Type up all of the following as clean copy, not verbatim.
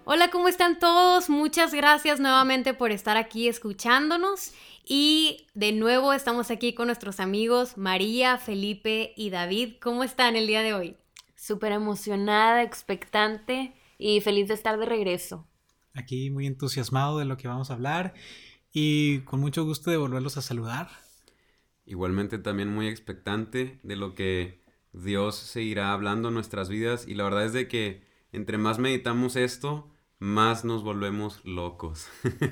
Hola, ¿cómo están todos? Muchas gracias nuevamente por estar aquí escuchándonos. Y de nuevo estamos aquí con nuestros amigos María, Felipe y David. ¿Cómo están el día de hoy? Súper emocionada, expectante y feliz de estar de regreso. Aquí muy entusiasmado de lo que vamos a hablar y con mucho gusto de volverlos a saludar. Igualmente también muy expectante de lo que Dios seguirá hablando en nuestras vidas, y la verdad es de que entre más meditamos esto, más nos volvemos locos.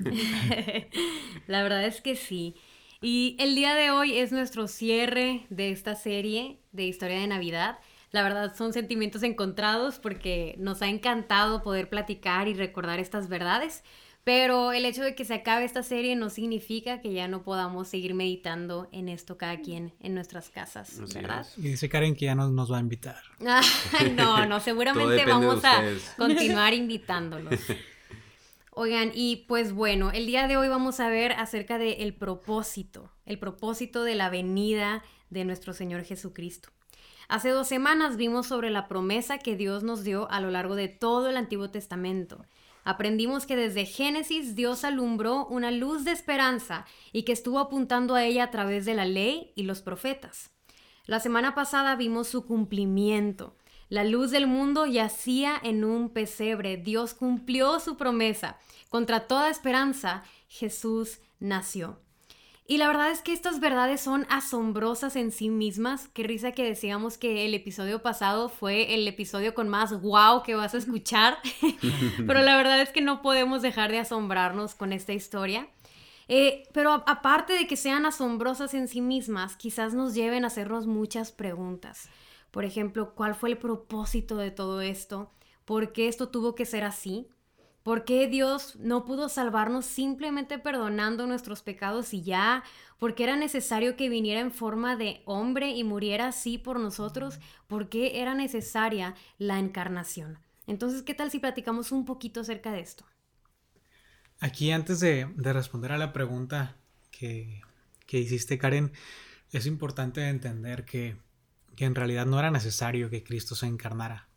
La verdad es que sí. Y el día de hoy es nuestro cierre de esta serie de Historia de Navidad. La verdad son sentimientos encontrados porque nos ha encantado poder platicar y recordar estas verdades, pero el hecho de que se acabe esta serie no significa que ya no podamos seguir meditando en esto cada quien en nuestras casas, Así ¿verdad? es. Y dice Karen que ya nos va a invitar. Ay, no, Todo seguramente depende de vamos a ustedes. continuar invitándolos. Oigan, y pues bueno, el día de hoy vamos a ver acerca del el propósito de la venida de nuestro Señor Jesucristo. Hace 2 semanas vimos sobre la promesa que Dios nos dio a lo largo de todo el Antiguo Testamento. Aprendimos que desde Génesis Dios alumbró una luz de esperanza y que estuvo apuntando a ella a través de la ley y los profetas. La semana pasada vimos su cumplimiento. La luz del mundo yacía en un pesebre. Dios cumplió su promesa. Contra toda esperanza, Jesús nació. Y la verdad es que estas verdades son asombrosas en sí mismas. Qué risa que decíamos que el episodio pasado fue el episodio con más wow que vas a escuchar. Pero la verdad es que no podemos dejar de asombrarnos con esta historia. Pero aparte de que sean asombrosas en sí mismas, quizás nos lleven a hacernos muchas preguntas. Por ejemplo, ¿cuál fue el propósito de todo esto? ¿Por qué esto tuvo que ser así? ¿Por qué Dios no pudo salvarnos simplemente perdonando nuestros pecados y ya? ¿Por qué era necesario que viniera en forma de hombre y muriera así por nosotros? ¿Por qué era necesaria la encarnación? Entonces, ¿qué tal si platicamos un poquito acerca de esto? Aquí antes de responder a la pregunta que hiciste, Karen, es importante entender que en realidad no era necesario que Cristo se encarnara.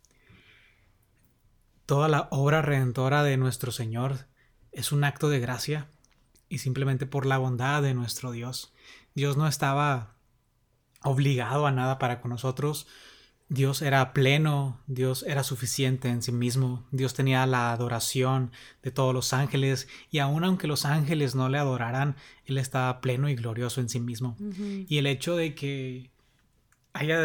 Toda la obra redentora de nuestro Señor es un acto de gracia y simplemente por la bondad de nuestro Dios. Dios no estaba obligado a nada para con nosotros. Dios era pleno, Dios era suficiente en sí mismo, Dios tenía la adoración de todos los ángeles y aun aunque los ángeles no le adoraran, Él estaba pleno y glorioso en sí mismo. Uh-huh. Y el hecho de que hayan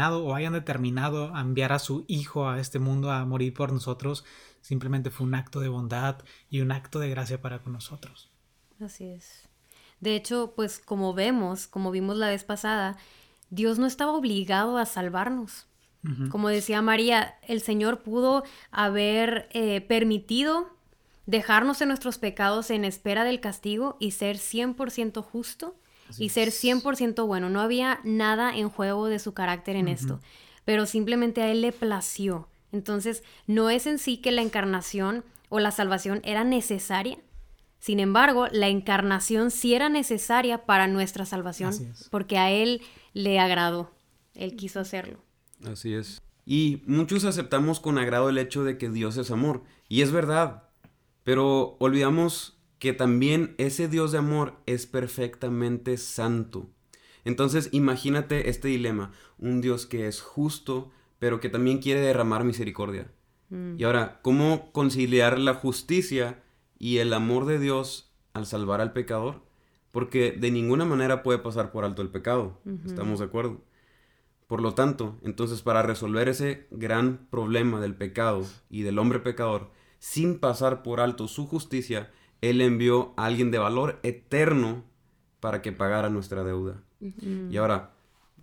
determinado a enviar a su Hijo a este mundo a morir por nosotros, simplemente fue un acto de bondad y un acto de gracia para con nosotros. Así es. De hecho, pues como vimos la vez pasada, Dios no estaba obligado a salvarnos. Uh-huh. Como decía María, el Señor pudo haber permitido dejarnos en nuestros pecados en espera del castigo y ser 100% justo y ser 100% bueno. No había nada en juego de su carácter en esto, pero simplemente a Él le plació. Entonces, no es en sí que la encarnación o la salvación era necesaria. Sin embargo, la encarnación sí era necesaria para nuestra salvación, porque a Él le agradó. Él quiso hacerlo. Así es. Y muchos aceptamos con agrado el hecho de que Dios es amor, y es verdad, pero olvidamos que también ese Dios de amor es perfectamente santo. Entonces imagínate este dilema, un Dios que es justo, pero que también quiere derramar misericordia. Y ahora, ¿cómo conciliar la justicia y el amor de Dios al salvar al pecador? Porque de ninguna manera puede pasar por alto el pecado, ¿estamos de acuerdo? Por lo tanto, entonces para resolver ese gran problema del pecado y del hombre pecador, sin pasar por alto su justicia, Él envió a alguien de valor eterno para que pagara nuestra deuda. Y ahora,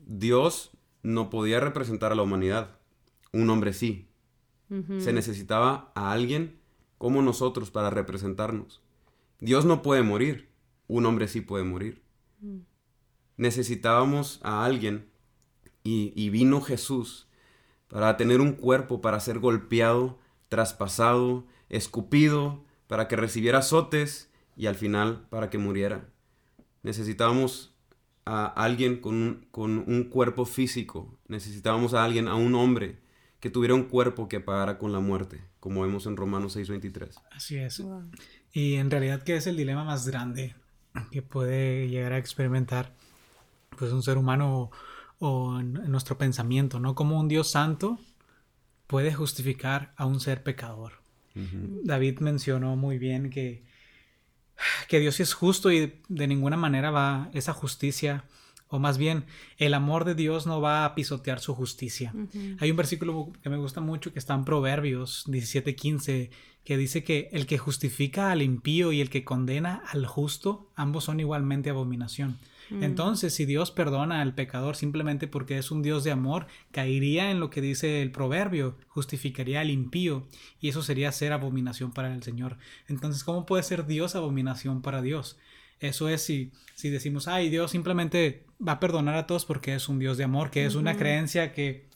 Dios no podía representar a la humanidad, un hombre sí. Se necesitaba a alguien como nosotros para representarnos. Dios no puede morir, un hombre sí puede morir. Necesitábamos a alguien y vino Jesús para tener un cuerpo, para ser golpeado, traspasado, escupido, para que recibiera azotes y al final para que muriera. Necesitábamos a alguien con un cuerpo físico, necesitábamos a alguien, a un hombre que tuviera un cuerpo que pagara con la muerte, como vemos en Romanos 6:23. Así es. Wow. Y en realidad, ¿qué es el dilema más grande que puede llegar a experimentar pues un ser humano o en nuestro pensamiento, ¿no? Cómo un Dios santo puede justificar a un ser pecador. Ujú. David mencionó muy bien que Dios es justo y de ninguna manera va esa justicia, o más bien el amor de Dios no va a pisotear su justicia. Hay un versículo que me gusta mucho que está en Proverbios 17:15 que dice que el que justifica al impío y el que condena al justo, ambos son igualmente abominación. Entonces, si Dios perdona al pecador simplemente porque es un Dios de amor, caería en lo que dice el proverbio, justificaría al impío, y eso sería ser abominación para el Señor. Entonces, ¿cómo puede ser Dios abominación para Dios? Eso es si decimos, ay, Dios simplemente va a perdonar a todos porque es un Dios de amor, que es una creencia que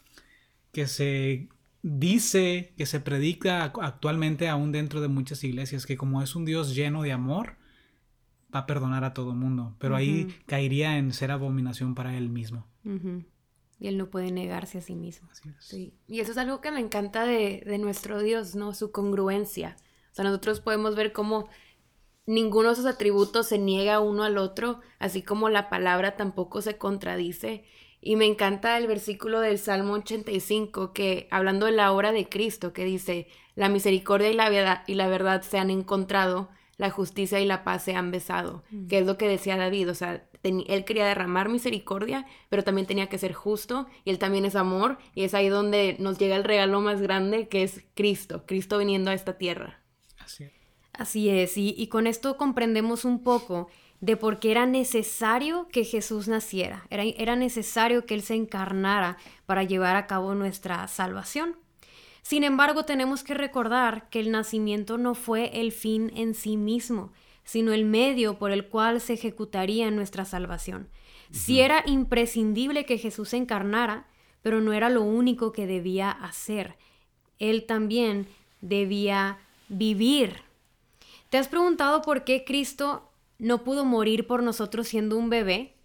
se dice, que se predica actualmente aún dentro de muchas iglesias, que como es un Dios lleno de amor, va a perdonar a todo el mundo, pero ahí caería en ser abominación para él mismo. Y él no puede negarse a sí mismo. Así es. Sí. Y eso es algo que me encanta de nuestro Dios, ¿no? Su congruencia. O sea, nosotros podemos ver cómo ninguno de esos atributos se niega uno al otro, así como la palabra tampoco se contradice. Y me encanta el versículo del Salmo 85, que hablando de la obra de Cristo, que dice, la misericordia y la verdad se han encontrado, la justicia y la paz se han besado, que es lo que decía David, o sea, él quería derramar misericordia, pero también tenía que ser justo, y él también es amor, y es ahí donde nos llega el regalo más grande, que es Cristo viniendo a esta tierra. Así es. Así es, y con esto comprendemos un poco de por qué era necesario que Jesús naciera, era necesario que Él se encarnara para llevar a cabo nuestra salvación. Sin embargo, tenemos que recordar que el nacimiento no fue el fin en sí mismo, sino el medio por el cual se ejecutaría nuestra salvación. Sí era imprescindible que Jesús se encarnara, pero no era lo único que debía hacer. Él también debía vivir. ¿Te has preguntado por qué Cristo no pudo morir por nosotros siendo un bebé?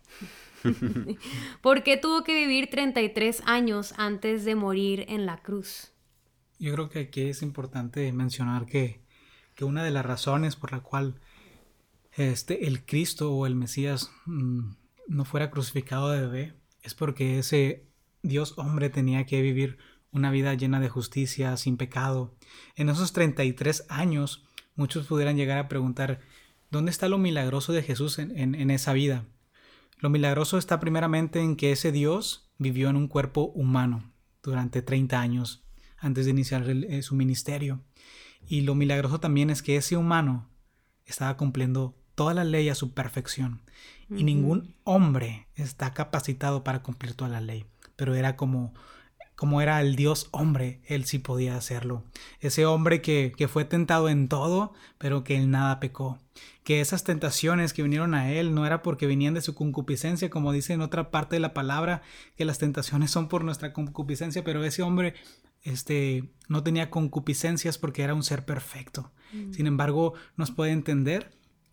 ¿Por qué tuvo que vivir 33 años antes de morir en la cruz? Yo creo que aquí es importante mencionar que una de las razones por la cual el Cristo o el Mesías no fuera crucificado de bebé es porque ese Dios hombre tenía que vivir una vida llena de justicia, sin pecado. En esos 33 años, muchos pudieran llegar a preguntar, ¿dónde está lo milagroso de Jesús en esa vida? Lo milagroso está primeramente en que ese Dios vivió en un cuerpo humano durante 30 años antes de iniciar su ministerio. Y lo milagroso también es que ese humano estaba cumpliendo toda la ley a su perfección. Y ningún hombre está capacitado para cumplir toda la ley. Pero era como era el Dios hombre, él sí podía hacerlo. Ese hombre que fue tentado en todo, pero que en nada pecó. Que esas tentaciones que vinieron a él no era porque venían de su concupiscencia, como dice en otra parte de la palabra, que las tentaciones son por nuestra concupiscencia, pero ese hombre no tenía concupiscencias porque era un ser perfecto. Sin embargo, nos puede entender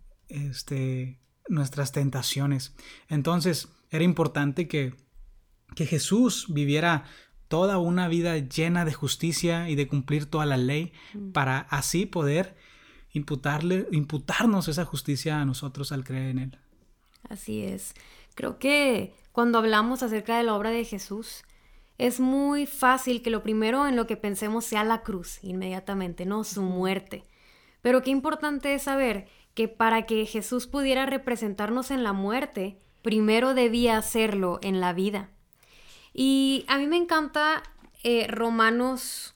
nuestras tentaciones. Entonces, era importante que Jesús viviera toda una vida llena de justicia y de cumplir toda la ley para así poder imputarnos esa justicia a nosotros al creer en él. Así es. Creo que cuando hablamos acerca de la obra de Jesús, es muy fácil que lo primero en lo que pensemos sea la cruz, inmediatamente, ¿no? Su muerte. Pero qué importante es saber que para que Jesús pudiera representarnos en la muerte, primero debía hacerlo en la vida. Y a mí me encanta Romanos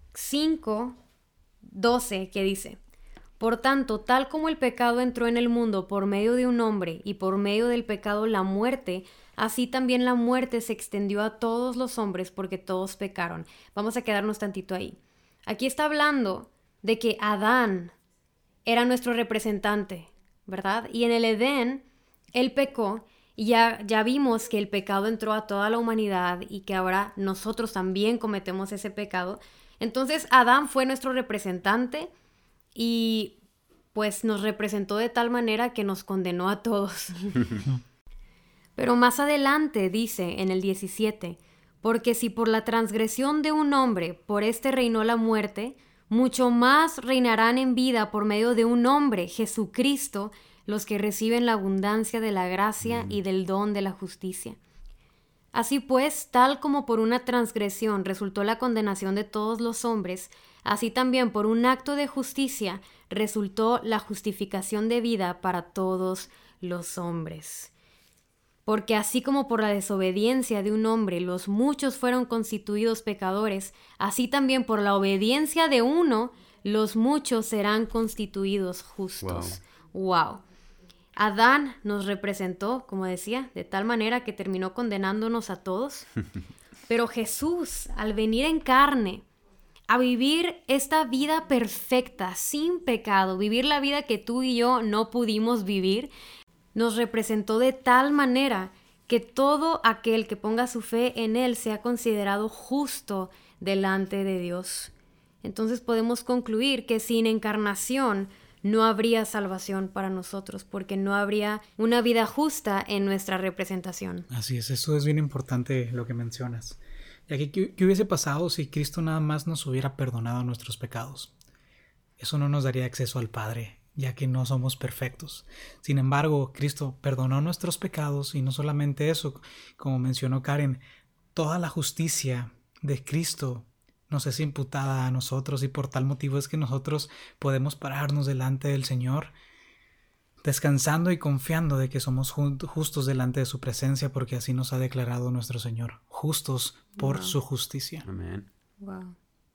5:12, que dice: por tanto, tal como el pecado entró en el mundo por medio de un hombre y por medio del pecado la muerte, así también la muerte se extendió a todos los hombres porque todos pecaron. Vamos a quedarnos tantito ahí. Aquí está hablando de que Adán era nuestro representante, ¿verdad? Y en el Edén, él pecó y ya vimos que el pecado entró a toda la humanidad y que ahora nosotros también cometemos ese pecado. Entonces, Adán fue nuestro representante y pues nos representó de tal manera que nos condenó a todos. Pero más adelante dice en el 17, Porque si por la transgresión de un hombre, por éste reinó la muerte, mucho más reinarán en vida por medio de un hombre, Jesucristo, los que reciben la abundancia de la gracia y del don de la justicia. Así pues, tal como por una transgresión resultó la condenación de todos los hombres, así también por un acto de justicia resultó la justificación de vida para todos los hombres. Porque así como por la desobediencia de un hombre los muchos fueron constituidos pecadores, así también por la obediencia de uno los muchos serán constituidos justos. Wow. Adán nos representó, como decía, de tal manera que terminó condenándonos a todos. Pero Jesús, al venir en carne, a vivir esta vida perfecta, sin pecado, vivir la vida que tú y yo no pudimos vivir, nos representó de tal manera que todo aquel que ponga su fe en Él sea considerado justo delante de Dios. Entonces podemos concluir que sin encarnación no habría salvación para nosotros, porque no habría una vida justa en nuestra representación. Así es, eso es bien importante lo que mencionas. Ya que ¿qué hubiese pasado si Cristo nada más nos hubiera perdonado nuestros pecados? Eso no nos daría acceso al Padre, ya que no somos perfectos. Sin embargo, Cristo perdonó nuestros pecados y no solamente eso, como mencionó Karen, toda la justicia de Cristo nos es imputada a nosotros y por tal motivo es que nosotros podemos pararnos delante del Señor descansando y confiando de que somos justos delante de su presencia porque así nos ha declarado nuestro Señor, justos por su justicia. Amén. Wow.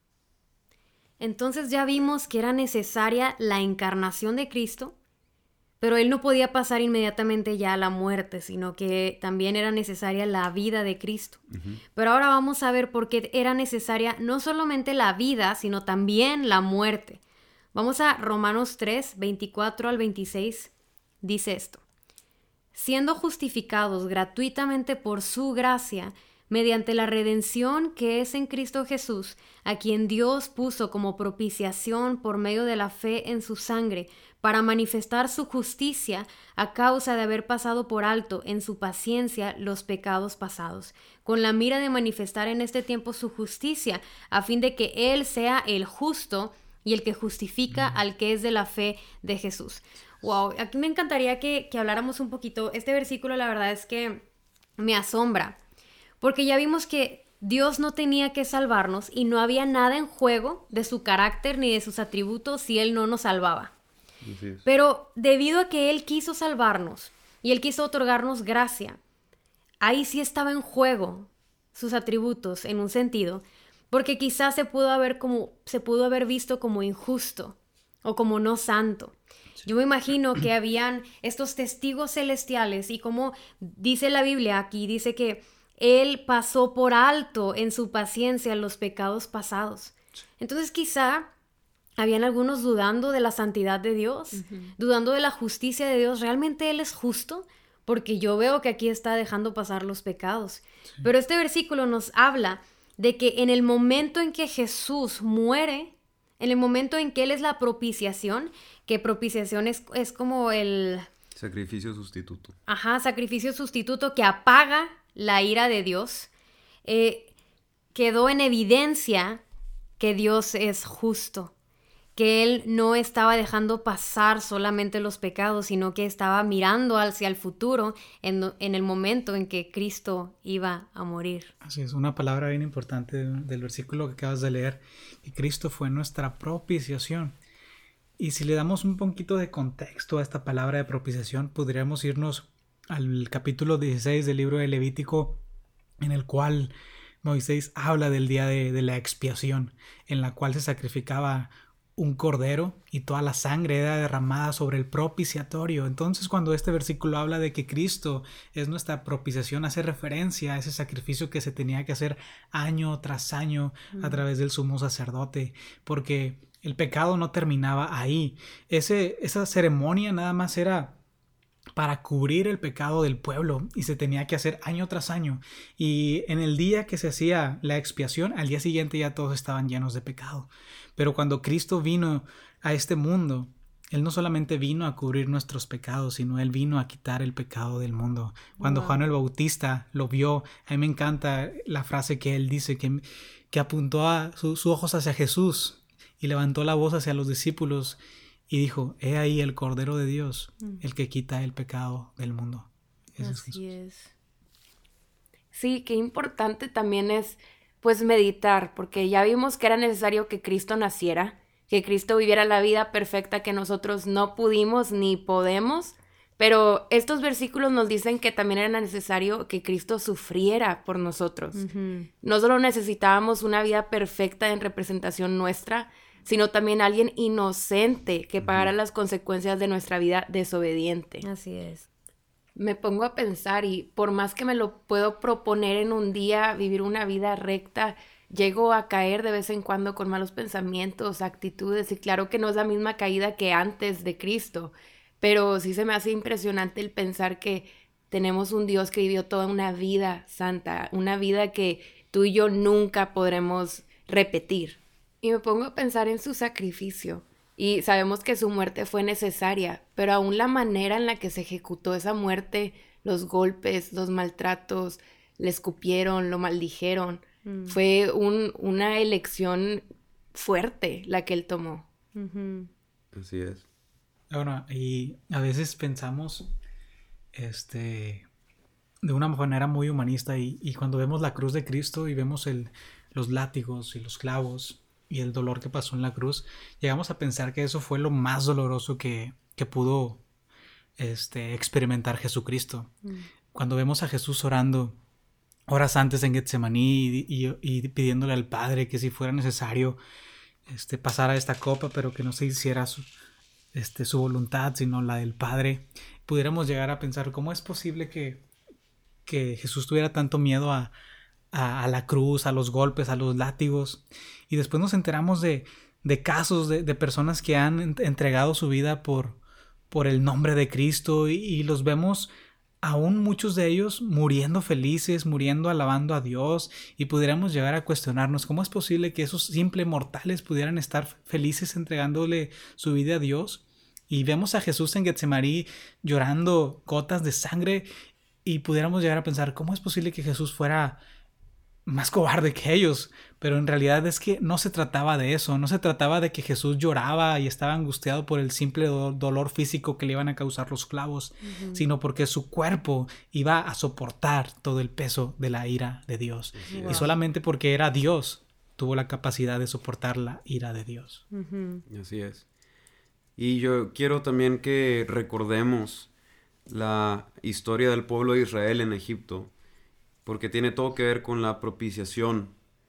Entonces ya vimos que era necesaria la encarnación de Cristo, pero Él no podía pasar inmediatamente ya a la muerte, sino que también era necesaria la vida de Cristo. Pero ahora vamos a ver por qué era necesaria no solamente la vida, sino también la muerte. Vamos a Romanos 3, 24 al 26, dice esto. Siendo justificados gratuitamente por su gracia, mediante la redención que es en Cristo Jesús, a quien Dios puso como propiciación por medio de la fe en su sangre, para manifestar su justicia a causa de haber pasado por alto en su paciencia los pecados pasados, con la mira de manifestar en este tiempo su justicia, a fin de que Él sea el justo y el que justifica al que es de la fe de Jesús. Wow, aquí me encantaría que habláramos un poquito. Este versículo la verdad es que me asombra, porque ya vimos que Dios no tenía que salvarnos y no había nada en juego de su carácter ni de sus atributos si Él no nos salvaba. Pero debido a que Él quiso salvarnos y Él quiso otorgarnos gracia, ahí sí estaba en juego sus atributos en un sentido, porque quizás se pudo haber visto como injusto o como no santo. Yo me imagino que habían estos testigos celestiales y como dice la Biblia aquí, dice que Él pasó por alto en su paciencia los pecados pasados. Entonces quizá habían algunos dudando de la santidad de Dios, dudando de la justicia de Dios. ¿Realmente Él es justo? Porque yo veo que aquí está dejando pasar los pecados. Sí. Pero este versículo nos habla de que en el momento en que Jesús muere, en el momento en que Él es la propiciación, que propiciación es como el... Sacrificio sustituto. Ajá, sacrificio sustituto que apaga la ira de Dios, quedó en evidencia que Dios es justo, que Él no estaba dejando pasar solamente los pecados, sino que estaba mirando hacia el futuro en el momento en que Cristo iba a morir. Así es, una palabra bien importante del versículo que acabas de leer, que Cristo fue nuestra propiciación. Y si le damos un poquito de contexto a esta palabra de propiciación, podríamos irnos al capítulo 16 del libro de Levítico, en el cual Moisés habla del día de la expiación, en la cual se sacrificaba un cordero y toda la sangre era derramada sobre el propiciatorio. Entonces, cuando este versículo habla de que Cristo es nuestra propiciación, hace referencia a ese sacrificio que se tenía que hacer año tras año a través del sumo sacerdote, porque el pecado no terminaba ahí. Esa ceremonia nada más era para cubrir el pecado del pueblo y se tenía que hacer año tras año. Y en el día que se hacía la expiación, al día siguiente ya todos estaban llenos de pecado. Pero cuando Cristo vino a este mundo, Él no solamente vino a cubrir nuestros pecados, sino Él vino a quitar el pecado del mundo. Cuando Juan el Bautista lo vio, a mí me encanta la frase que él dice, que apuntó sus ojos hacia Jesús y levantó la voz hacia los discípulos y dijo, he ahí el Cordero de Dios, el que quita el pecado del mundo. Ese es Jesús. Sí, qué importante también es pues meditar, porque ya vimos que era necesario que Cristo naciera, que Cristo viviera la vida perfecta que nosotros no pudimos ni podemos, pero estos versículos nos dicen que también era necesario que Cristo sufriera por nosotros. No solo necesitábamos una vida perfecta en representación nuestra, sino también alguien inocente que pagara las consecuencias de nuestra vida desobediente. Así es. Me pongo a pensar y por más que me lo puedo proponer en un día, vivir una vida recta, llego a caer de vez en cuando con malos pensamientos, actitudes, y claro que no es la misma caída que antes de Cristo, pero sí se me hace impresionante el pensar que tenemos un Dios que vivió toda una vida santa, una vida que tú y yo nunca podremos repetir. Y me pongo a pensar en su sacrificio, y sabemos que su muerte fue necesaria, pero aún la manera en la que se ejecutó esa muerte, los golpes, los maltratos, le escupieron, lo maldijeron, fue una elección fuerte la que él tomó. Así es. Bueno, y a veces pensamos de una manera muy humanista y cuando vemos la cruz de Cristo y vemos los látigos y los clavos y el dolor que pasó en la cruz, llegamos a pensar que eso fue lo más doloroso que pudo experimentar Jesucristo. Cuando vemos a Jesús orando horas antes en Getsemaní y pidiéndole al Padre que si fuera necesario pasara esta copa, pero que no se hiciera su voluntad, sino la del Padre, pudiéramos llegar a pensar cómo es posible que Jesús tuviera tanto miedo a la cruz, a los golpes, a los látigos. Y después nos enteramos de casos de personas que han entregado su vida por el nombre de Cristo y los vemos aún muchos de ellos muriendo felices, muriendo alabando a Dios, y pudiéramos llegar a cuestionarnos cómo es posible que esos simples mortales pudieran estar felices entregándole su vida a Dios. Y vemos a Jesús en Getsemaní llorando gotas de sangre y pudiéramos llegar a pensar cómo es posible que Jesús fuera más cobarde que ellos, pero en realidad es que no se trataba de eso, no se trataba de que Jesús lloraba y estaba angustiado por el simple dolor físico que le iban a causar los clavos, sino porque su cuerpo iba a soportar todo el peso de la ira de Dios. Y solamente porque era Dios tuvo la capacidad de soportar la ira de Dios. Así es. Y yo quiero también que recordemos la historia del pueblo de Israel en Egipto, porque tiene todo que ver con la propiciación.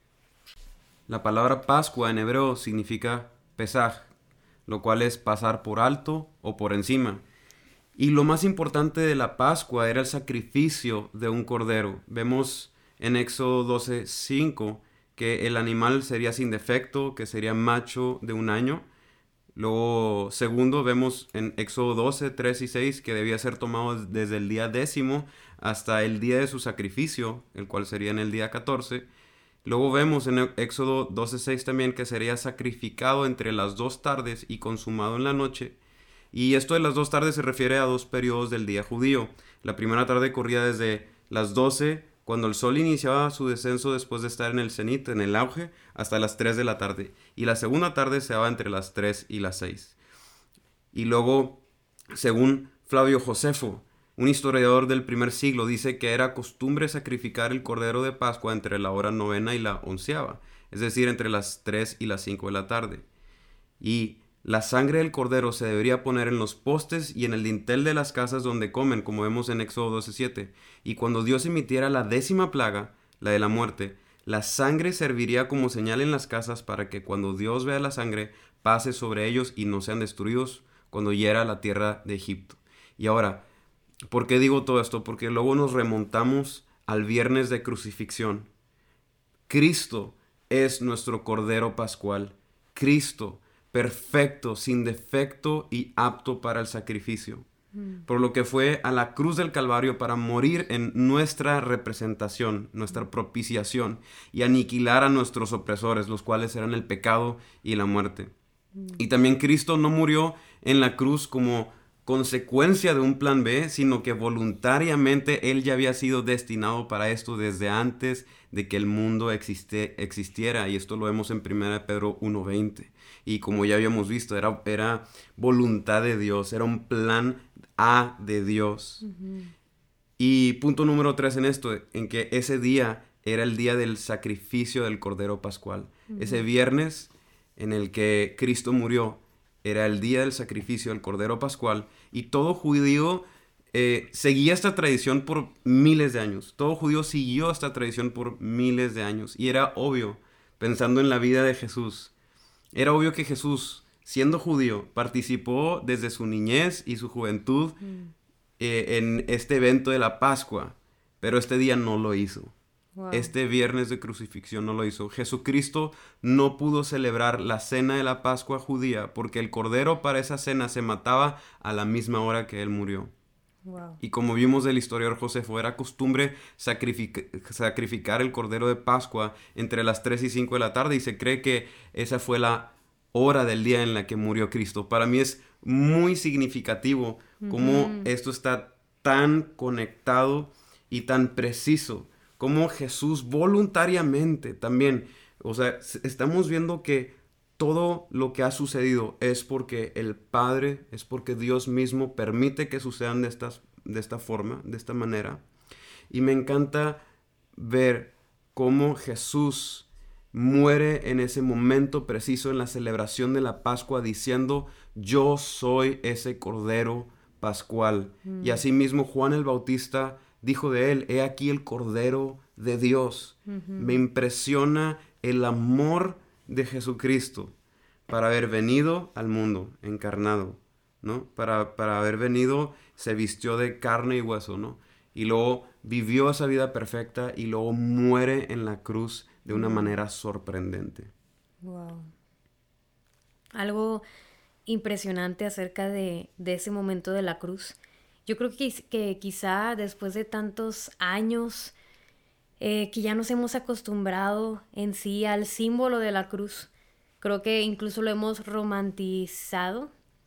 La palabra Pascua en hebreo significa Pesaj, lo cual es pasar por alto o por encima. Y lo más importante de la Pascua era el sacrificio de un cordero. Vemos en Éxodo 12:5 que el animal sería sin defecto, que sería macho de 1 año. Luego, segundo, vemos en Éxodo 12:3 y 6 que debía ser tomado desde el día 10º hasta el día de su sacrificio, el cual sería en el día 14. Luego vemos en Éxodo 12:6 también que sería sacrificado entre las 2 tardes y consumado en la noche. Y esto de las 2 tardes se refiere a 2 periodos del día judío. La primera tarde corría desde las 12, cuando el sol iniciaba su descenso después de estar en el cenit, en el auge, hasta las 3 de la tarde. Y la segunda tarde se daba entre las 3 y las 6. Y luego, según Flavio Josefo, un historiador del primer siglo, dice que era costumbre sacrificar el cordero de Pascua entre la hora 9ª y la 11ª, es decir, entre las 3 y las 5 de la tarde. Y la sangre del cordero se debería poner en los postes y en el dintel de las casas donde comen, como vemos en Éxodo 12:7. Y cuando Dios emitiera la 10ª plaga, la de la muerte, la sangre serviría como señal en las casas para que cuando Dios vea la sangre, pase sobre ellos y no sean destruidos cuando hiera la tierra de Egipto. Y ahora, ¿por qué digo todo esto? Porque luego nos remontamos al viernes de crucifixión. Cristo es nuestro Cordero Pascual. Cristo, perfecto, sin defecto y apto para el sacrificio. Por lo que fue a la cruz del Calvario para morir en nuestra representación, nuestra propiciación, y aniquilar a nuestros opresores, los cuales eran el pecado y la muerte. Y también Cristo no murió en la cruz como consecuencia de un plan B, sino que voluntariamente Él ya había sido destinado para esto desde antes de que el mundo existiera. Y esto lo vemos en 1 Pedro 1:20. Y como ya habíamos visto, era voluntad de Dios, era un plan A de Dios. Y punto número 3 en esto, en que ese día era el día del sacrificio del Cordero Pascual. Ese viernes en el que Cristo murió, era el día del sacrificio del Cordero Pascual, y todo judío seguía esta tradición por miles de años. Todo judío siguió esta tradición por miles de años. Y era obvio, pensando en la vida de Jesús, era obvio que Jesús, siendo judío, participó desde su niñez y su juventud en este evento de la Pascua, pero este día no lo hizo. Wow. Este viernes de crucifixión no lo hizo. Jesucristo no pudo celebrar la cena de la Pascua judía porque el cordero para esa cena se mataba a la misma hora que él murió. Wow. Y como vimos del historiador Josefo, era costumbre sacrificar el cordero de Pascua entre las 3 y 5 de la tarde, y se cree que esa fue la hora del día en la que murió Cristo. Para mí es muy significativo cómo esto está tan conectado y tan preciso. Cómo Jesús voluntariamente también, o sea, estamos viendo que todo lo que ha sucedido es porque el Padre, es porque Dios mismo permite que sucedan de esta forma, de esta manera. Y me encanta ver cómo Jesús muere en ese momento preciso en la celebración de la Pascua diciendo: yo soy ese Cordero Pascual. Y asimismo Juan el Bautista dijo de él: he aquí el Cordero de Dios. Me impresiona el amor de Jesucristo para haber venido al mundo encarnado, ¿no? Para haber venido, se vistió de carne y hueso, ¿no? Y luego vivió esa vida perfecta y luego muere en la cruz de una manera sorprendente. Wow. Algo impresionante acerca de ese momento de la cruz. Yo creo que quizá después de tantos años que ya nos hemos acostumbrado en sí al símbolo de la cruz, creo que incluso lo hemos romantizado.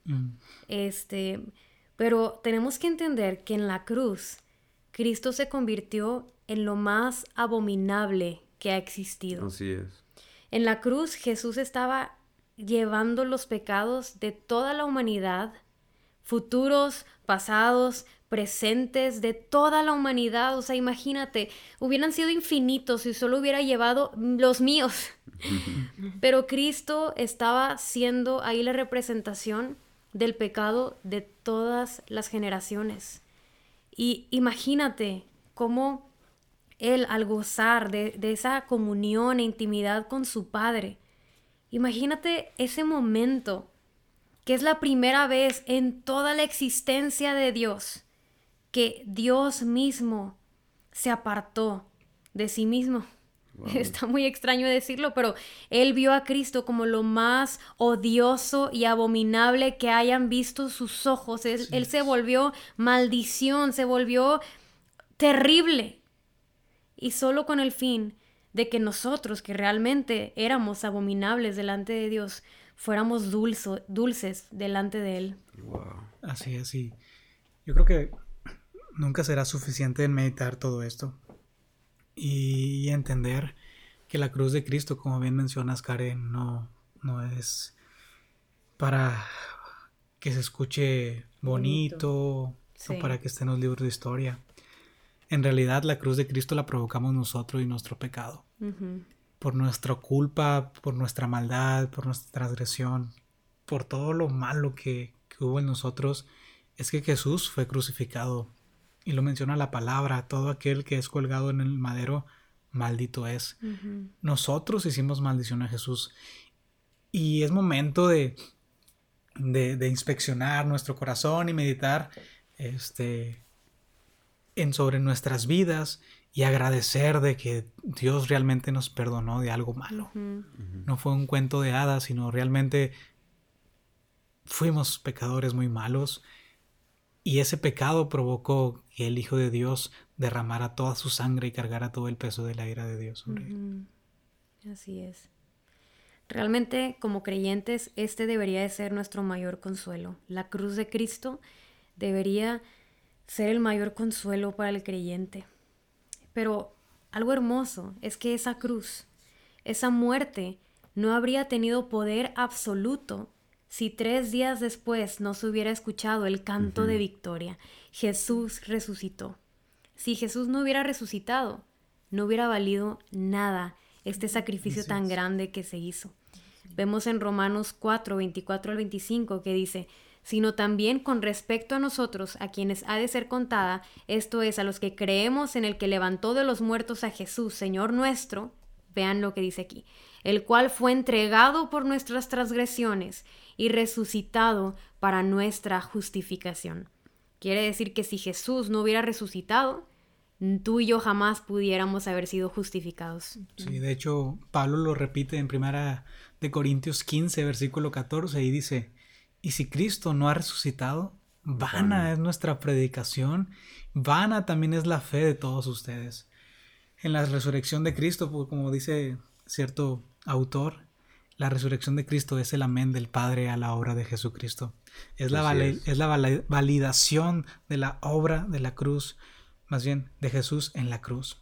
Pero tenemos que entender que en la cruz Cristo se convirtió en lo más abominable que ha existido. Así es. En la cruz Jesús estaba llevando los pecados de toda la humanidad, futuros, pasados, presentes, de toda la humanidad. O sea, imagínate, hubieran sido infinitos si solo hubiera llevado los míos. Pero Cristo estaba siendo ahí la representación del pecado de todas las generaciones. Y imagínate cómo Él, al gozar de esa comunión e intimidad con su Padre, imagínate ese momento que es la primera vez en toda la existencia de Dios que Dios mismo se apartó de sí mismo. Wow. Está muy extraño decirlo, pero Él vio a Cristo como lo más odioso y abominable que hayan visto sus ojos. Él se volvió maldición, se volvió terrible. Y solo con el fin de que nosotros, que realmente éramos abominables delante de Dios, fuéramos dulces delante de Él. Wow. Así es, y yo creo que nunca será suficiente en meditar todo esto y entender que la cruz de Cristo, como bien mencionas, Karen, no es para que se escuche bonito. Sí. O para que esté en los libros de historia. En realidad la cruz de Cristo la provocamos nosotros y nuestro pecado. Por nuestra culpa, por nuestra maldad, por nuestra transgresión, por todo lo malo que hubo en nosotros, es que Jesús fue crucificado. Y lo menciona la palabra: todo aquel que es colgado en el madero, maldito es. Nosotros hicimos maldición a Jesús. Y es momento de inspeccionar nuestro corazón y meditar sobre nuestras vidas y agradecer de que Dios realmente nos perdonó de algo malo. No fue un cuento de hadas, sino realmente fuimos pecadores muy malos. Y ese pecado provocó que el Hijo de Dios derramara toda su sangre y cargara todo el peso de la ira de Dios sobre él. Así es. Realmente, como creyentes, este debería de ser nuestro mayor consuelo. La cruz de Cristo debería ser el mayor consuelo para el creyente. Pero algo hermoso es que esa cruz, esa muerte, no habría tenido poder absoluto si 3 días después no se hubiera escuchado el canto de victoria. Jesús resucitó. Si Jesús no hubiera resucitado, no hubiera valido nada este sacrificio tan grande que se hizo. Vemos en Romanos 4, 24 al 25 que dice: sino también con respecto a nosotros, a quienes ha de ser contada, esto es, a los que creemos en el que levantó de los muertos a Jesús, Señor nuestro, vean lo que dice aquí, el cual fue entregado por nuestras transgresiones y resucitado para nuestra justificación. Quiere decir que si Jesús no hubiera resucitado, tú y yo jamás pudiéramos haber sido justificados. Sí, de hecho, Pablo lo repite en 1 Corintios 15, versículo 14, y dice: y si Cristo no ha resucitado, vana es nuestra predicación, vana también es la fe de todos ustedes. En la resurrección de Cristo, pues, como dice cierto autor, la resurrección de Cristo es el amén del Padre a la obra de Jesucristo. Es la validación de la obra de la cruz, más bien de Jesús en la cruz.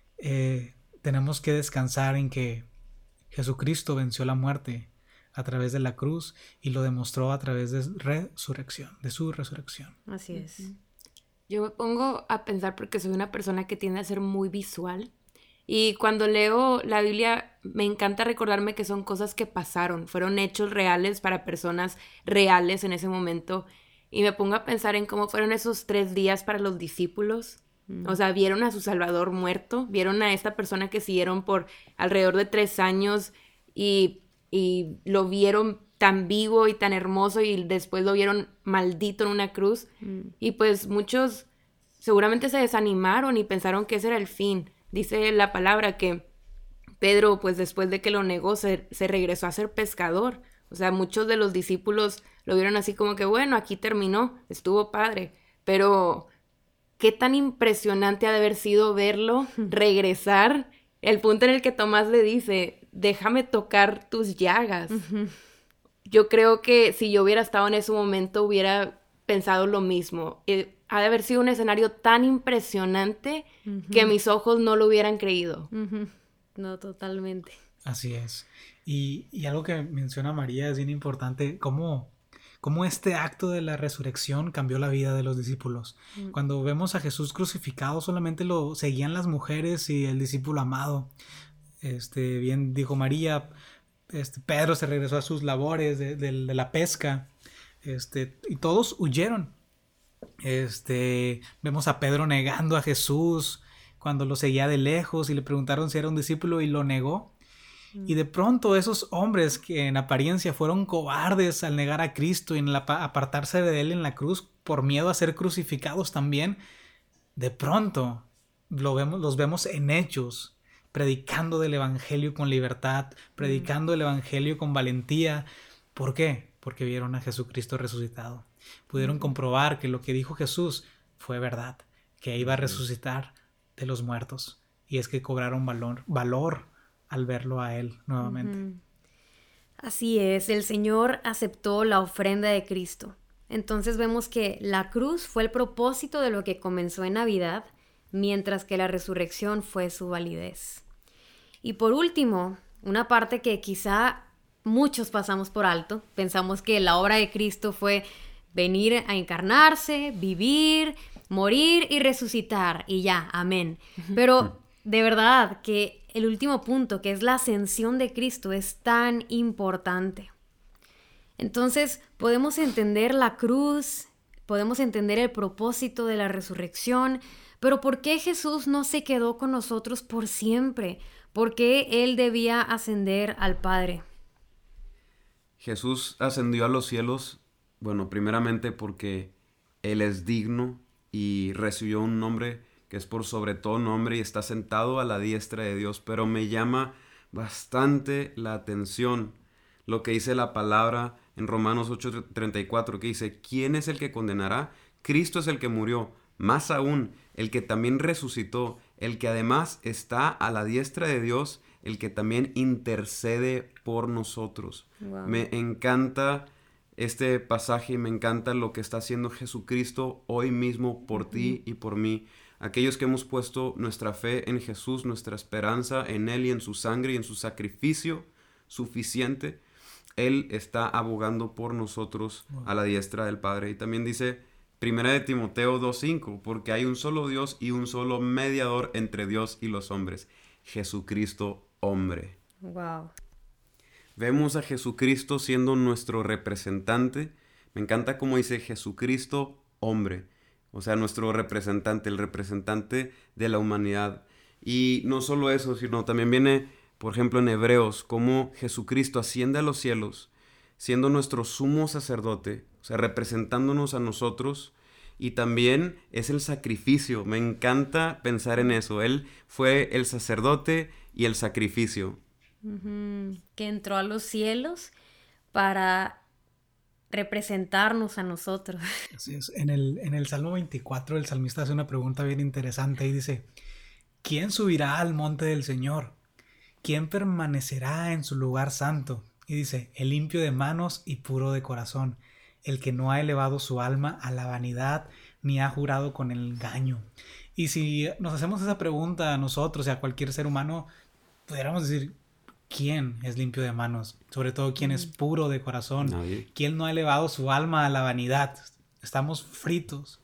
Tenemos que descansar en que Jesucristo venció la muerte a través de la cruz y lo demostró a través de su resurrección. Así es. Yo me pongo a pensar porque soy una persona que tiende a ser muy visual. Y cuando leo la Biblia me encanta recordarme que son cosas que pasaron, fueron hechos reales para personas reales en ese momento. Y me pongo a pensar en cómo fueron esos 3 días para los discípulos. O sea, vieron a su Salvador muerto, vieron a esta persona que siguieron por alrededor de 3 años y lo vieron tan vivo y tan hermoso y después lo vieron maldito en una cruz. Y pues muchos seguramente se desanimaron y pensaron que ese era el fin. Dice la palabra que Pedro, pues después de que lo negó, se regresó a ser pescador. O sea, muchos de los discípulos lo vieron así como que, bueno, aquí terminó, estuvo padre. Pero qué tan impresionante ha de haber sido verlo regresar. El punto en el que Tomás le dice: déjame tocar tus llagas. Yo creo que si yo hubiera estado en ese momento hubiera pensado lo mismo. Ha de haber sido un escenario tan impresionante que mis ojos no lo hubieran creído. No, totalmente. Así es. Y algo que menciona María es bien importante, cómo este acto de la resurrección cambió la vida de los discípulos. Cuando vemos a Jesús crucificado, solamente lo seguían las mujeres y el discípulo amado. Bien dijo María, Pedro se regresó a sus labores de la pesca, y todos huyeron. Vemos a Pedro negando a Jesús cuando lo seguía de lejos y le preguntaron si era un discípulo y lo negó. Y de pronto esos hombres que en apariencia fueron cobardes al negar a Cristo y en apartarse de él en la cruz por miedo a ser crucificados también, de pronto los vemos en hechos, predicando del evangelio con libertad, predicando el evangelio con valentía. ¿Por qué? Porque vieron a Jesucristo resucitado. Pudieron comprobar que lo que dijo Jesús fue verdad, que iba a resucitar de los muertos. Y es que cobraron valor al verlo a él nuevamente. Así es, el Señor aceptó la ofrenda de Cristo. Entonces vemos que la cruz fue el propósito de lo que comenzó en Navidad, mientras que la resurrección fue su validez. Y por último, una parte que quizá muchos pasamos por alto, pensamos que la obra de Cristo fue venir a encarnarse, vivir, morir y resucitar, y ya, amén. Pero de verdad que el último punto, que es la ascensión de Cristo, es tan importante. Entonces, podemos entender la cruz, podemos entender el propósito de la resurrección, pero ¿por qué Jesús no se quedó con nosotros por siempre? ¿Por qué Él debía ascender al Padre? Jesús ascendió a los cielos, bueno, primeramente porque Él es digno y recibió un nombre que es por sobre todo nombre y está sentado a la diestra de Dios. Pero me llama bastante la atención lo que dice la palabra en Romanos 8:34, que dice: ¿quién es el que condenará? Cristo es el que murió, más aún, el que también resucitó, el que además está a la diestra de Dios, el que también intercede por nosotros. Wow. Me encanta este pasaje y me encanta lo que está haciendo Jesucristo hoy mismo por ti y por mí. Aquellos que hemos puesto nuestra fe en Jesús, nuestra esperanza en Él y en su sangre y en su sacrificio suficiente, Él está abogando por nosotros a la diestra del Padre. Y también dice 1 de Timoteo 2:5, porque hay un solo Dios y un solo mediador entre Dios y los hombres, Jesucristo hombre. Wow. Vemos a Jesucristo siendo nuestro representante. Me encanta cómo dice Jesucristo hombre. O sea, nuestro representante, el representante de la humanidad. Y no solo eso, sino también viene, por ejemplo, en Hebreos, cómo Jesucristo asciende a los cielos, siendo nuestro sumo sacerdote, o sea, representándonos a nosotros. Y también es el sacrificio. Me encanta pensar en eso. Él fue el sacerdote y el sacrificio. Que entró a los cielos para representarnos a nosotros. Así es. En el Salmo 24 el salmista hace una pregunta bien interesante y dice: ¿quién subirá al monte del Señor? ¿Quién permanecerá en su lugar santo? Y dice: el limpio de manos y puro de corazón, el que no ha elevado su alma a la vanidad ni ha jurado con el engaño. Y si nos hacemos esa pregunta a nosotros y a cualquier ser humano, pudiéramos decir: ¿quién es limpio de manos? Sobre todo, ¿quién es puro de corazón? Nadie. ¿Quién no ha elevado su alma a la vanidad? Estamos fritos.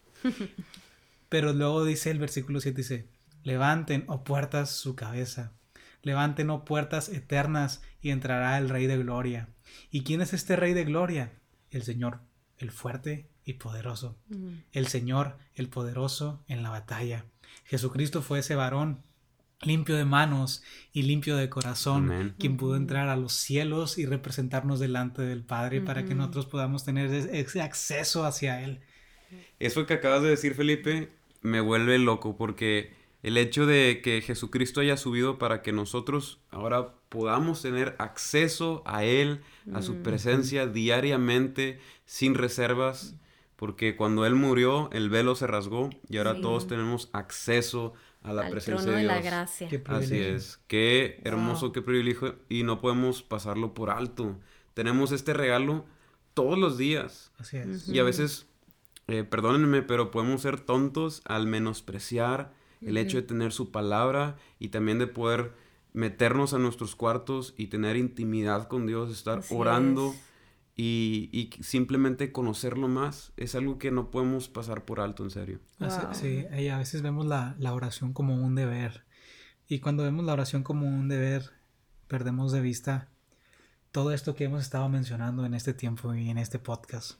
Pero luego dice el versículo 7, dice: levanten, oh puertas, su cabeza. Levanten, oh puertas eternas, y entrará el Rey de Gloria. ¿Y quién es este Rey de Gloria? El Señor, el fuerte y poderoso. El Señor, el poderoso en la batalla. Jesucristo fue ese varón limpio de manos y limpio de corazón, Amén. quien pudo entrar a los cielos y representarnos delante del Padre para que nosotros podamos tener ese acceso hacia Él. Eso que acabas de decir, Felipe, me vuelve loco, porque el hecho de que Jesucristo haya subido para que nosotros ahora podamos tener acceso a Él, a su presencia diariamente, sin reservas, porque cuando Él murió, el velo se rasgó y ahora todos tenemos acceso a la al presencia trono de de Dios. la gracia. Qué Así privilegio. es, qué hermoso, qué privilegio, y no podemos pasarlo por alto. Tenemos este regalo todos los días. Así es. Y a veces, perdónenme, pero podemos ser tontos al menospreciar el hecho de tener su palabra y también de poder meternos a nuestros cuartos y tener intimidad con Dios, estar Así orando es. y simplemente conocerlo más. Es algo que no podemos pasar por alto, en serio. Wow. Sí, y a veces vemos la oración como un deber. Y cuando vemos la oración como un deber, perdemos de vista todo esto que hemos estado mencionando en este tiempo y en este podcast.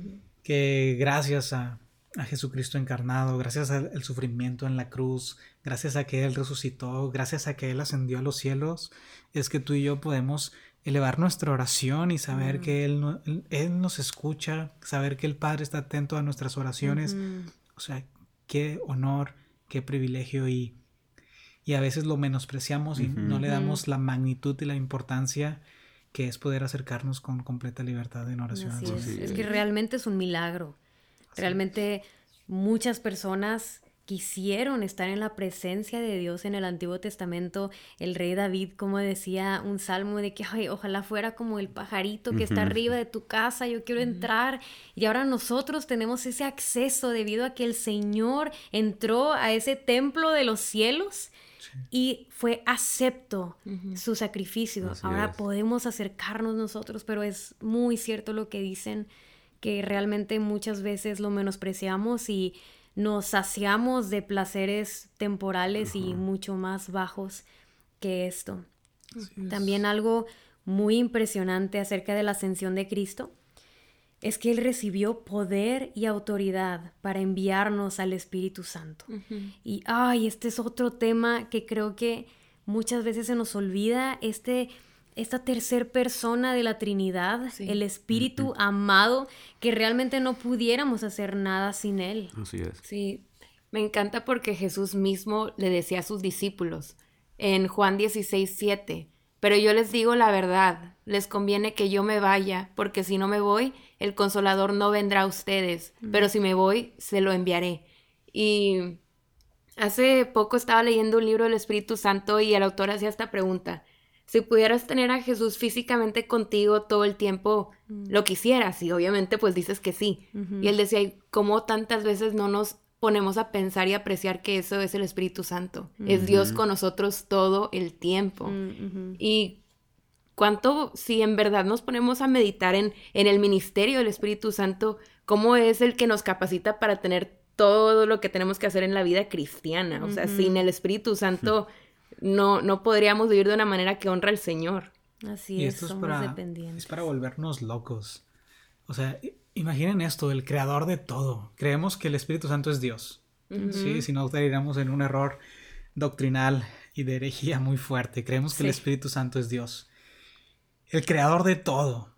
Que gracias a Jesucristo encarnado, gracias al sufrimiento en la cruz, gracias a que Él resucitó, gracias a que Él ascendió a los cielos, es que tú y yo podemos elevar nuestra oración y saber que Él nos escucha, saber que el Padre está atento a nuestras oraciones. O sea, qué honor, qué privilegio, y a veces lo menospreciamos y no le damos la magnitud y la importancia que es poder acercarnos con completa libertad en oración. Así es. Así Es es. que realmente es un milagro. Realmente muchas personas quisieron estar en la presencia de Dios en el Antiguo Testamento. El rey David, como decía un salmo de que "Ay, ojalá fuera como el pajarito que está arriba de tu casa, yo quiero entrar". Y ahora nosotros tenemos ese acceso debido a que el Señor entró a ese templo de los cielos y fue acepto su sacrificio. Así Ahora es. podemos acercarnos nosotros, pero es muy cierto lo que dicen, que realmente muchas veces lo menospreciamos y nos saciamos de placeres temporales y mucho más bajos que esto. También algo muy impresionante acerca de la ascensión de Cristo es que Él recibió poder y autoridad para enviarnos al Espíritu Santo. Y este es otro tema que creo que muchas veces se nos olvida, esta tercer persona de la Trinidad, el Espíritu amado, que realmente no pudiéramos hacer nada sin Él. Así es. Sí, me encanta porque Jesús mismo le decía a sus discípulos en Juan 16:7, pero yo les digo la verdad, les conviene que yo me vaya, porque si no me voy, el Consolador no vendrá a ustedes, pero si me voy, se lo enviaré. Y Hace poco estaba leyendo un libro del Espíritu Santo y el autor hacía esta pregunta. Si pudieras tener a Jesús físicamente contigo todo el tiempo, ¿lo quisieras? Y obviamente pues dices que sí. Y él decía, ¿y cómo tantas veces no nos ponemos a pensar y apreciar que eso es el Espíritu Santo? Es Dios con nosotros todo el tiempo. Y cuánto, si en verdad nos ponemos a meditar en el ministerio del Espíritu Santo, cómo es el que nos capacita para tener todo lo que tenemos que hacer en la vida cristiana. O sea, sin el Espíritu Santo no podríamos vivir de una manera que honra al Señor. Así Y es, esto somos dependientes. es para volvernos locos. O sea, imaginen esto, el creador de todo. Creemos que el Espíritu Santo es Dios. ¿Sí? Si no, estaríamos en un error doctrinal y de herejía muy fuerte. Creemos que el Espíritu Santo es Dios. El creador de todo.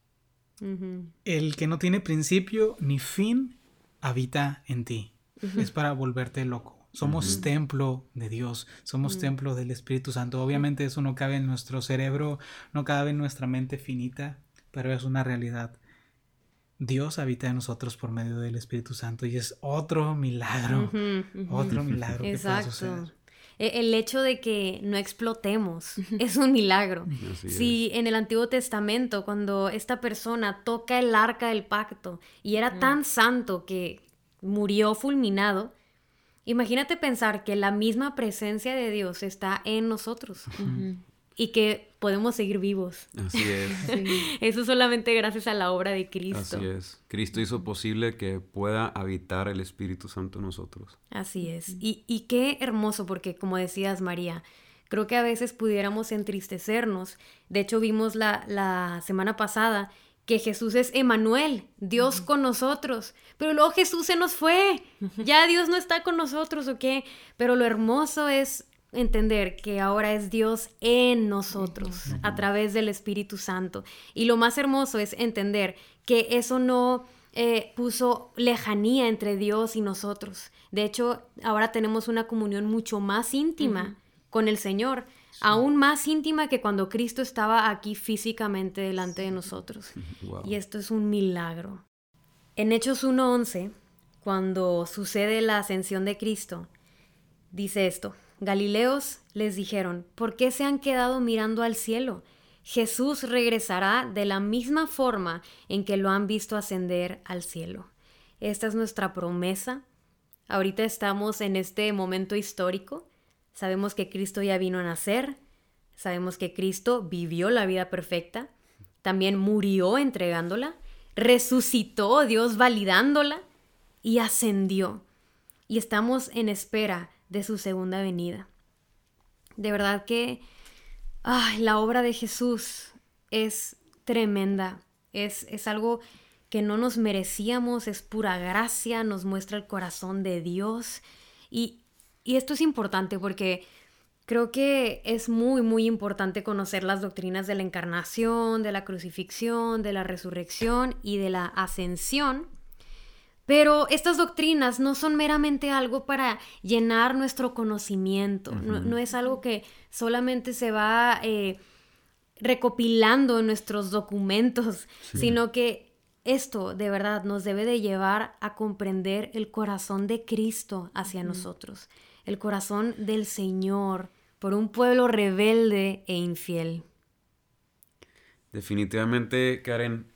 El que no tiene principio ni fin habita en ti. Es para volverte loco. Somos templo de Dios, somos templo del Espíritu Santo. Obviamente eso no cabe en nuestro cerebro, no cabe en nuestra mente finita, pero es una realidad. Dios habita en nosotros por medio del Espíritu Santo y es otro milagro, otro milagro que puede suceder. El hecho de que no explotemos es un milagro. Sí, en el Antiguo Testamento, cuando esta persona toca el arca del pacto y era tan santo que murió fulminado, imagínate pensar que la misma presencia de Dios está en nosotros y que podemos seguir vivos. Así es. Eso solamente gracias a la obra de Cristo. Así es. Cristo hizo posible que pueda habitar el Espíritu Santo en nosotros. Así es. Y qué hermoso, porque como decías, María, creo que a veces pudiéramos entristecernos. De hecho, vimos la semana pasada que Jesús es Emmanuel, Dios con nosotros. Pero luego Jesús se nos fue. Ya Dios no está con nosotros, ¿o qué? Pero lo hermoso es entender que ahora es Dios en nosotros, a través del Espíritu Santo. Y lo más hermoso es entender que eso no puso lejanía entre Dios y nosotros. De hecho, ahora tenemos una comunión mucho más íntima con el Señor. Aún más íntima que cuando Cristo estaba aquí físicamente delante de nosotros. Wow. Y esto es un milagro. En Hechos 1:11, cuando sucede la ascensión de Cristo, dice esto: Galileos les dijeron, ¿por qué se han quedado mirando al cielo? Jesús regresará de la misma forma en que lo han visto ascender al cielo. Esta es nuestra promesa. Ahorita estamos en este momento histórico. Sabemos que Cristo ya vino a nacer, sabemos que Cristo vivió la vida perfecta, también murió entregándola, resucitó, Dios validándola, y ascendió. Y estamos en espera de su segunda venida. De verdad que la obra de Jesús es tremenda, es algo que no nos merecíamos, es pura gracia, nos muestra el corazón de Dios. Y esto es importante porque creo que es muy, muy importante conocer las doctrinas de la encarnación, de la crucifixión, de la resurrección y de la ascensión. Pero estas doctrinas no son meramente algo para llenar nuestro conocimiento. No es algo que solamente se va recopilando en nuestros documentos, sino que esto de verdad nos debe de llevar a comprender el corazón de Cristo hacia nosotros. El corazón del Señor por un pueblo rebelde e infiel. Definitivamente, Karen,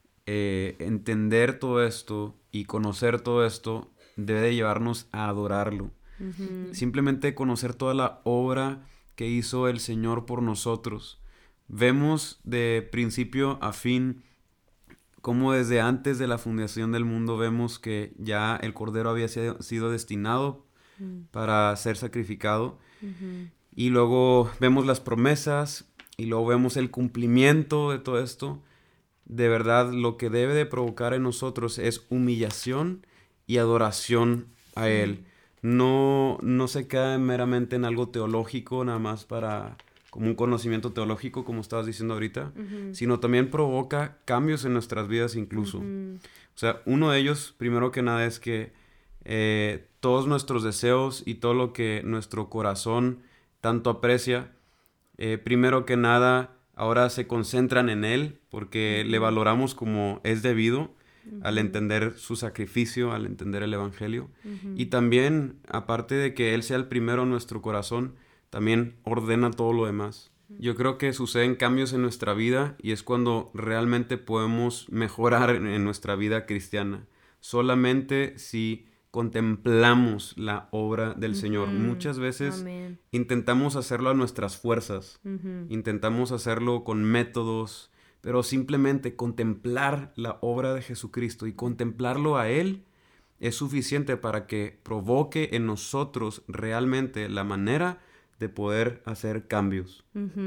entender todo esto y conocer todo esto debe de llevarnos a adorarlo. Simplemente conocer toda la obra que hizo el Señor por nosotros. Vemos de principio a fin cómo desde antes de la fundación del mundo vemos que ya el Cordero había sido destinado para ser sacrificado. Y luego vemos las promesas y luego vemos el cumplimiento de todo esto. De verdad, lo que debe de provocar en nosotros es humillación y adoración a Él. No se queda meramente en algo teológico, nada más como un conocimiento teológico, como estabas diciendo ahorita, sino también provoca cambios en nuestras vidas incluso. O sea, uno de ellos, primero que nada, es que todos nuestros deseos y todo lo que nuestro corazón tanto aprecia, primero que nada, ahora se concentran en Él, porque le valoramos como es debido. al entender su sacrificio, al entender el Evangelio. Y también, aparte de que Él sea el primero en nuestro corazón, también ordena todo lo demás. Yo creo que suceden cambios en nuestra vida y es cuando realmente podemos mejorar en nuestra vida cristiana. Solamente si contemplamos la obra del Señor. Muchas veces intentamos hacerlo a nuestras fuerzas, intentamos hacerlo con métodos, pero simplemente contemplar la obra de Jesucristo y contemplarlo a Él es suficiente para que provoque en nosotros realmente la manera de poder hacer cambios.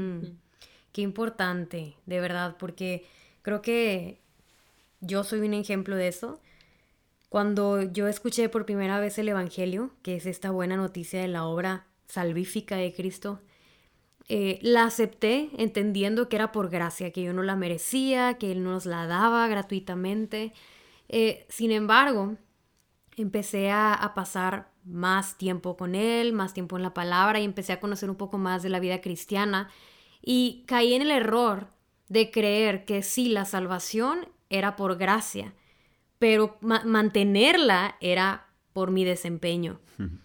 Qué importante, de verdad, porque creo que yo soy un ejemplo de eso. Cuando yo escuché por primera vez el Evangelio, que es esta buena noticia de la obra salvífica de Cristo, la acepté entendiendo que era por gracia, que yo no la merecía, que Él nos la daba gratuitamente. Sin embargo, empecé a pasar más tiempo con Él, más tiempo en la palabra y empecé a conocer un poco más de la vida cristiana y caí en el error de creer que sí, la salvación era por gracia, pero mantenerla era por mi desempeño.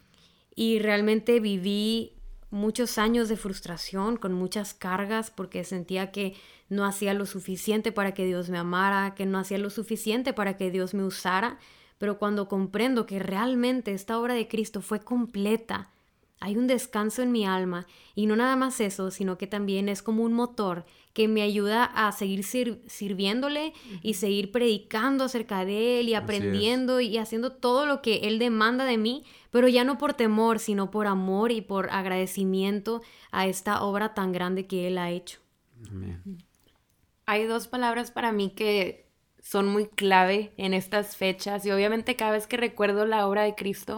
Y realmente viví muchos años de frustración, con muchas cargas, porque sentía que no hacía lo suficiente para que Dios me amara, que no hacía lo suficiente para que Dios me usara. Pero cuando comprendo que realmente esta obra de Cristo fue completa, hay un descanso en mi alma. Y no nada más eso, sino que también es como un motor que me ayuda a seguir sirviéndole y seguir predicando acerca de Él y aprendiendo y haciendo todo lo que Él demanda de mí, pero ya no por temor, sino por amor y por agradecimiento a esta obra tan grande que Él ha hecho. Amén. Hay dos palabras para mí que son muy clave en estas fechas y obviamente cada vez que recuerdo la obra de Cristo,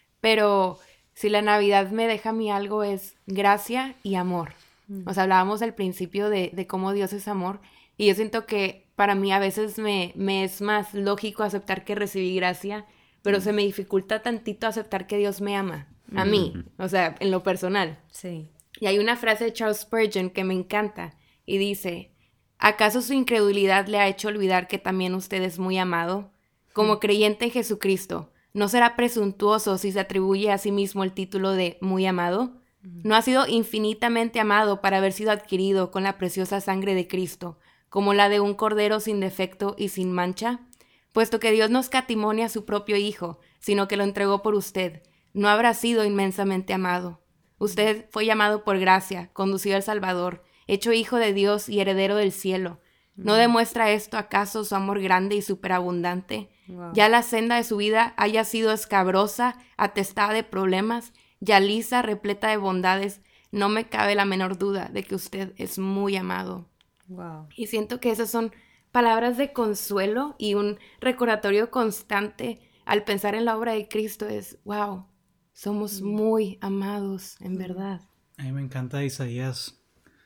pero si la Navidad me deja a mí algo es gracia y amor. O sea, hablábamos al principio de cómo Dios es amor y yo siento que para mí a veces me es más lógico aceptar que recibí gracia, pero se me dificulta tantito aceptar que Dios me ama, a mí, o sea, en lo personal. Sí. Y hay una frase de Charles Spurgeon que me encanta y dice: ¿acaso su incredulidad le ha hecho olvidar que también usted es muy amado? Como creyente en Jesucristo, ¿no será presuntuoso si se atribuye a sí mismo el título de muy amado? ¿No ha sido infinitamente amado para haber sido adquirido con la preciosa sangre de Cristo, como la de un cordero sin defecto y sin mancha? Puesto que Dios no escatimó a su propio Hijo, sino que lo entregó por usted, ¿no habrá sido inmensamente amado? Usted fue llamado por gracia, conducido al Salvador, hecho hijo de Dios y heredero del cielo. ¿No demuestra esto acaso su amor grande y superabundante? Wow. Ya la senda de su vida haya sido escabrosa, atestada de problemas, ya lisa, repleta de bondades, no me cabe la menor duda de que usted es muy amado. Wow. Y siento que esas son palabras de consuelo y un recordatorio constante al pensar en la obra de Cristo es, wow, somos muy amados, en verdad. A mí me encanta Isaías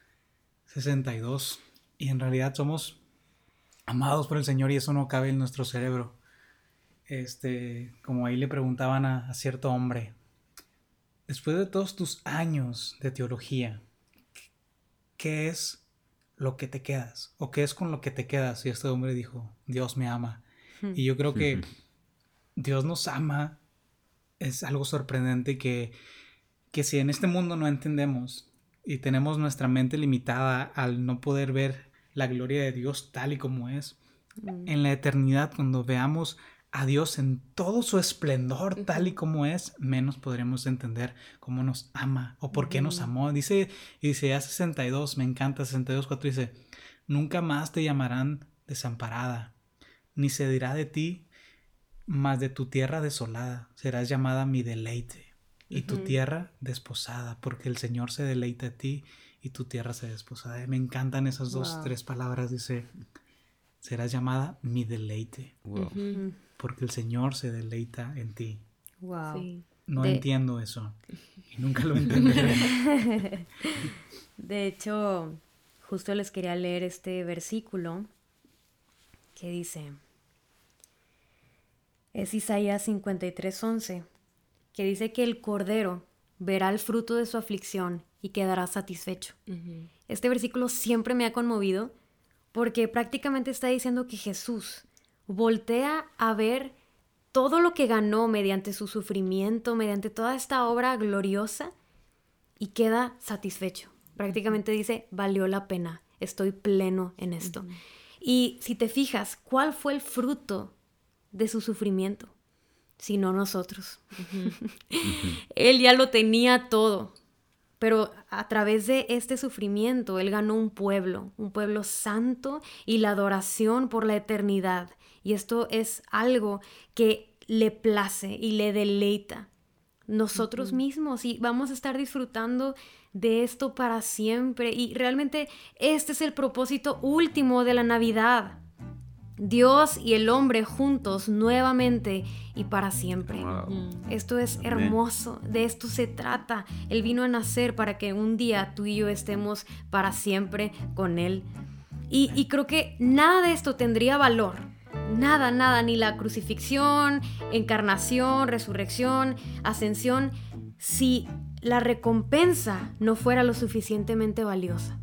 62 y en realidad somos amados por el Señor y eso no cabe en nuestro cerebro. Como ahí le preguntaban a cierto hombre, después de todos tus años de teología, ¿qué es lo que te quedas? ¿O qué es con lo que te quedas? Y este hombre dijo, Dios me ama. Y yo creo que Dios nos ama. Es algo sorprendente que si en este mundo no entendemos y tenemos nuestra mente limitada al no poder ver la gloria de Dios tal y como es, en la eternidad, cuando veamos a Dios en todo su esplendor tal y como es, menos podremos entender cómo nos ama o por qué nos amó. Dice Isaías 62, me encanta, 62:4 dice, nunca más te llamarán desamparada, ni se dirá de ti, mas de tu tierra desolada serás llamada mi deleite, y tu tierra desposada, porque el Señor se deleita en ti y tu tierra se desposada. Me encantan esas tres palabras, dice, serás llamada mi deleite. Wow. Porque el Señor se deleita en ti. Wow. Sí. No entiendo eso. Y nunca lo entenderé. De hecho, justo les quería leer este versículo que dice, es Isaías 53:11, que dice que el Cordero verá el fruto de su aflicción y quedará satisfecho. Este versículo siempre me ha conmovido porque prácticamente está diciendo que Jesús, voltea a ver todo lo que ganó mediante su sufrimiento, mediante toda esta obra gloriosa, y queda satisfecho. Prácticamente dice, valió la pena, estoy pleno en esto. Y si te fijas, ¿cuál fue el fruto de su sufrimiento? Sino nosotros. Él ya lo tenía todo, pero a través de este sufrimiento, Él ganó un pueblo santo y la adoración por la eternidad. Y esto es algo que le place y le deleita nosotros mismos, y vamos a estar disfrutando de esto para siempre. Y realmente este es el propósito último de la Navidad. Dios y el hombre juntos nuevamente y para siempre. Wow. Esto es hermoso, de esto se trata. Él vino a nacer para que un día tú y yo estemos para siempre con Él. Y creo que nada de esto tendría valor. Nada, ni la crucifixión, encarnación, resurrección, ascensión, si la recompensa no fuera lo suficientemente valiosa.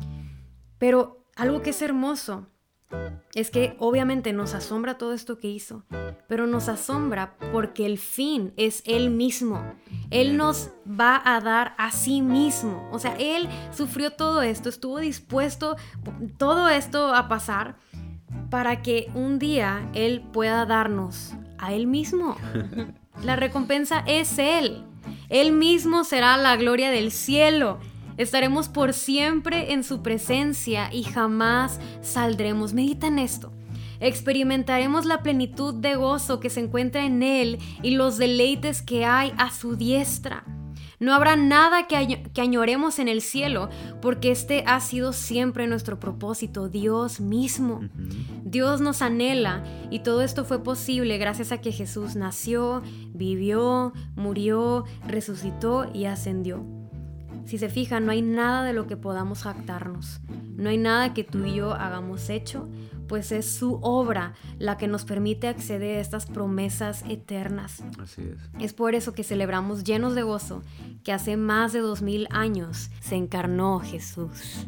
Pero algo que es hermoso es que obviamente nos asombra todo esto que hizo, pero nos asombra porque el fin es Él mismo. Él nos va a dar a sí mismo. O sea, Él sufrió todo esto, estuvo dispuesto todo esto a pasar para que un día Él pueda darnos a Él mismo. La recompensa es Él. Él mismo será la gloria del cielo. Estaremos por siempre en su presencia y jamás saldremos. Medita en esto. Experimentaremos la plenitud de gozo que se encuentra en Él y los deleites que hay a su diestra. No habrá nada que añoremos en el cielo, porque este ha sido siempre nuestro propósito, Dios mismo. Dios nos anhela, y todo esto fue posible gracias a que Jesús nació, vivió, murió, resucitó y ascendió. Si se fijan, no hay nada de lo que podamos jactarnos. No hay nada que tú y yo hagamos hecho, pues es su obra la que nos permite acceder a estas promesas eternas. Así es. Es por eso que celebramos llenos de gozo que hace más de 2000 años se encarnó Jesús.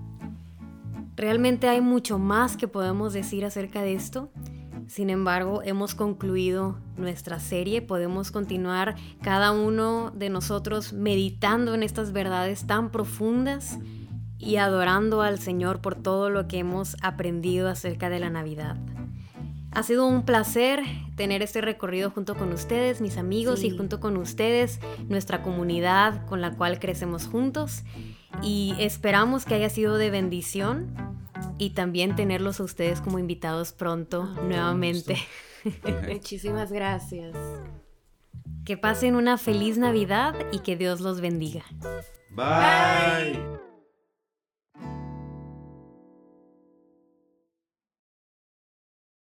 Realmente hay mucho más que podemos decir acerca de esto. Sin embargo, hemos concluido nuestra serie. Podemos continuar cada uno de nosotros meditando en estas verdades tan profundas y adorando al Señor por todo lo que hemos aprendido acerca de la Navidad. Ha sido un placer tener este recorrido junto con ustedes, mis amigos, y junto con ustedes, nuestra comunidad con la cual crecemos juntos. Y esperamos que haya sido de bendición y también tenerlos a ustedes como invitados pronto nuevamente. Muchísimas gracias. Que pasen una feliz Navidad y que Dios los bendiga. Bye.